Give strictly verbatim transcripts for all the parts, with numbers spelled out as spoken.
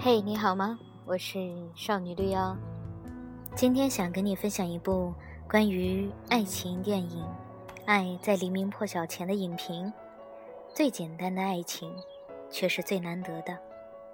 嘿，你好吗？我是少女绿妖，今天想跟你分享一部关于爱情电影《爱在黎明破晓前》的影评。最简单的爱情，却是最难得的。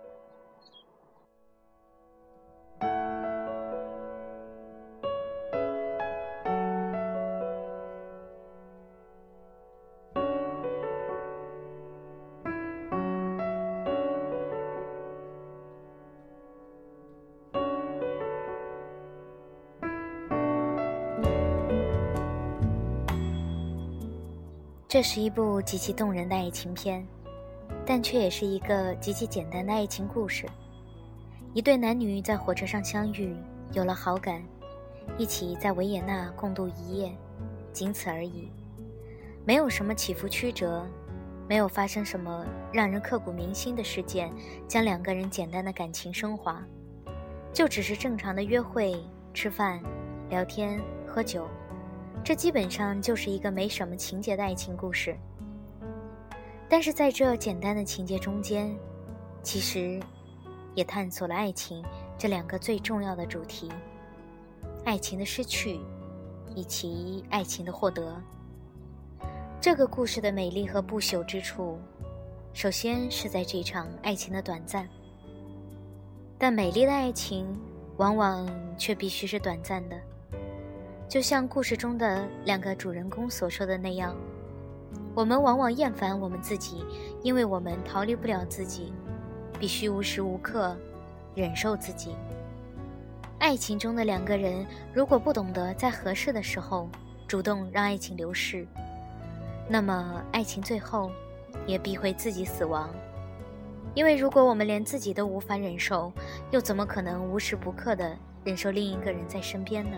这是一部极其动人的爱情片，但却也是一个极其简单的爱情故事。一对男女在火车上相遇，有了好感，一起在维也纳共度一夜，仅此而已。没有什么起伏曲折，没有发生什么让人刻骨铭心的事件，将两个人简单的感情升华，就只是正常的约会、吃饭、聊天、喝酒。这基本上就是一个没什么情节的爱情故事。但是在这简单的情节中间，其实也探索了爱情这两个最重要的主题：爱情的失去以及爱情的获得。这个故事的美丽和不朽之处，首先是在这场爱情的短暂。但美丽的爱情往往却必须是短暂的，就像故事中的两个主人公所说的那样，我们往往厌烦我们自己，因为我们逃离不了自己，必须无时无刻忍受自己。爱情中的两个人如果不懂得在合适的时候主动让爱情流逝，那么爱情最后也必会自己死亡。因为如果我们连自己都无法忍受，又怎么可能无时不刻地忍受另一个人在身边呢？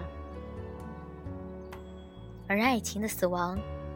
而爱情的死亡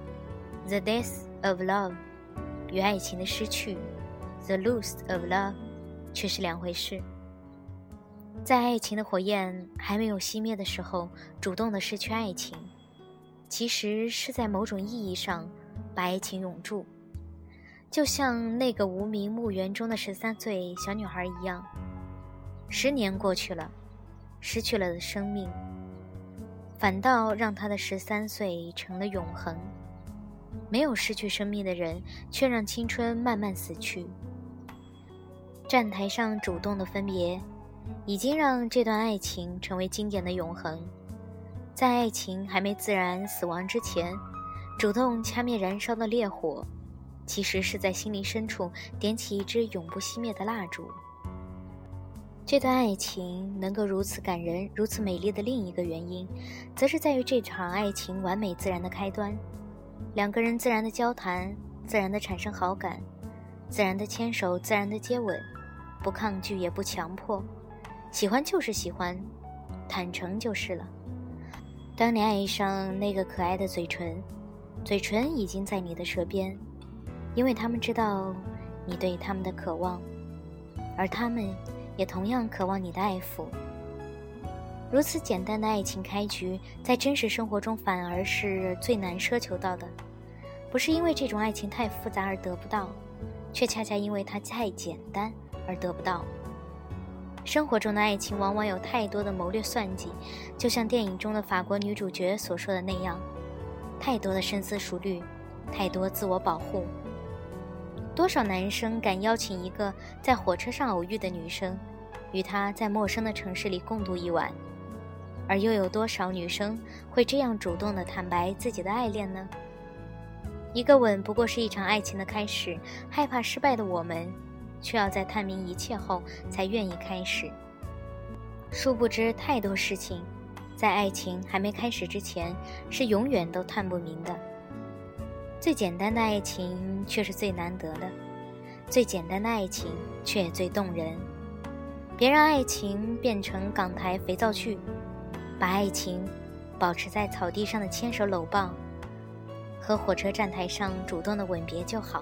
The death of love 与爱情的失去 The loss of love 却是两回事。在爱情的火焰还没有熄灭的时候主动的失去爱情，其实是在某种意义上把爱情永驻，就像那个无名墓园中的十三岁小女孩一样。十年过去了，失去了的生命反倒让他的十三岁成了永恒。没有失去生命的人，却让青春慢慢死去。站台上主动的分别，已经让这段爱情成为经典的永恒。在爱情还没自然死亡之前，主动掐灭燃烧的烈火，其实是在心灵深处点起一支永不熄灭的蜡烛。这段爱情能够如此感人，如此美丽的另一个原因，则是在于这场爱情完美自然的开端。两个人自然的交谈，自然的产生好感，自然的牵手，自然的接吻，不抗拒也不强迫，喜欢就是喜欢，坦诚就是了。当你爱上那个可爱的嘴唇，嘴唇已经在你的舌边，因为他们知道你对他们的渴望，而他们也同样渴望你的爱抚。如此简单的爱情开局，在真实生活中反而是最难奢求到的。不是因为这种爱情太复杂而得不到，却恰恰因为它太简单而得不到。生活中的爱情往往有太多的谋略算计，就像电影中的法国女主角所说的那样，太多的深思熟虑，太多自我保护。多少男生敢邀请一个在火车上偶遇的女生，与她在陌生的城市里共度一晚，而又有多少女生会这样主动地坦白自己的爱恋呢？一个吻不过是一场爱情的开始，害怕失败的我们，却要在探明一切后才愿意开始。殊不知太多事情，在爱情还没开始之前，是永远都探不明的。最简单的爱情却是最难得的，最简单的爱情却也最动人。别让爱情变成港台肥皂剧，把爱情保持在草地上的牵手搂抱和火车站台上主动的吻别就好。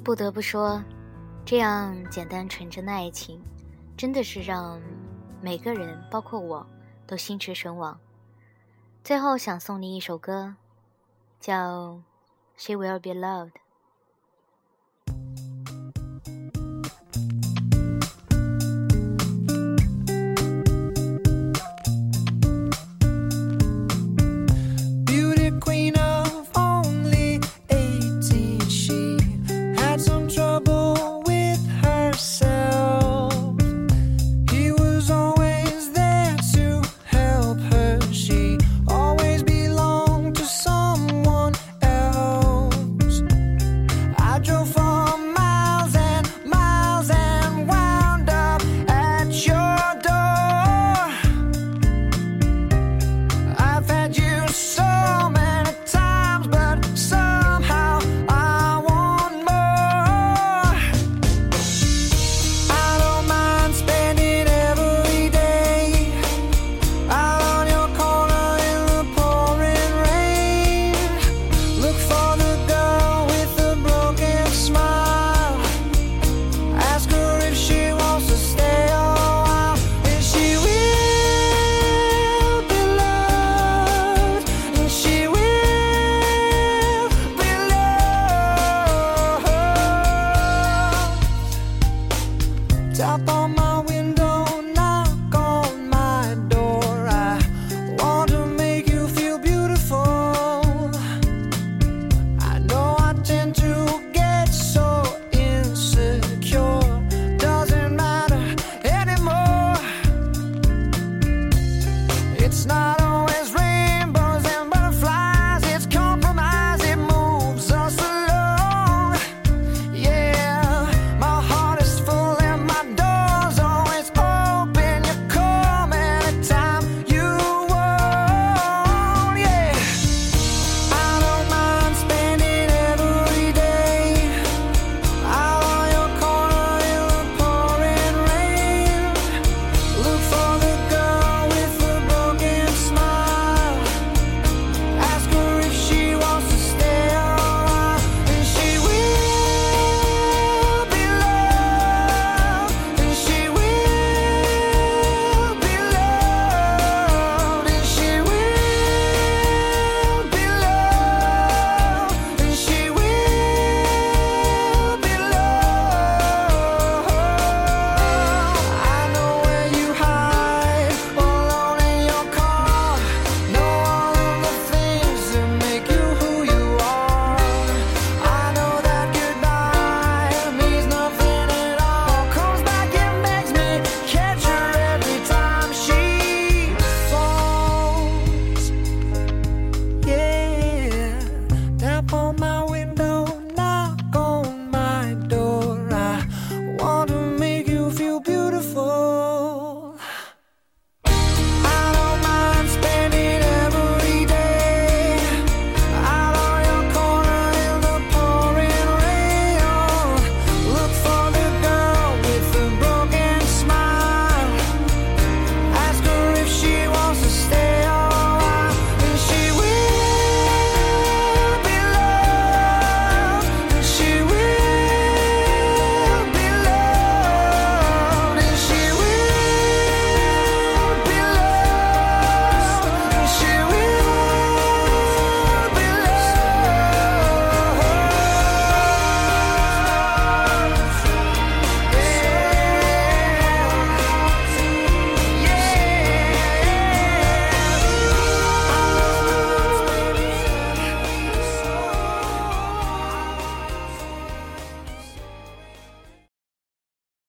不得不说，这样简单纯真的爱情，真的是让每个人，包括我，都心驰神往。最后想送你一首歌，叫《She Will Be Loved》。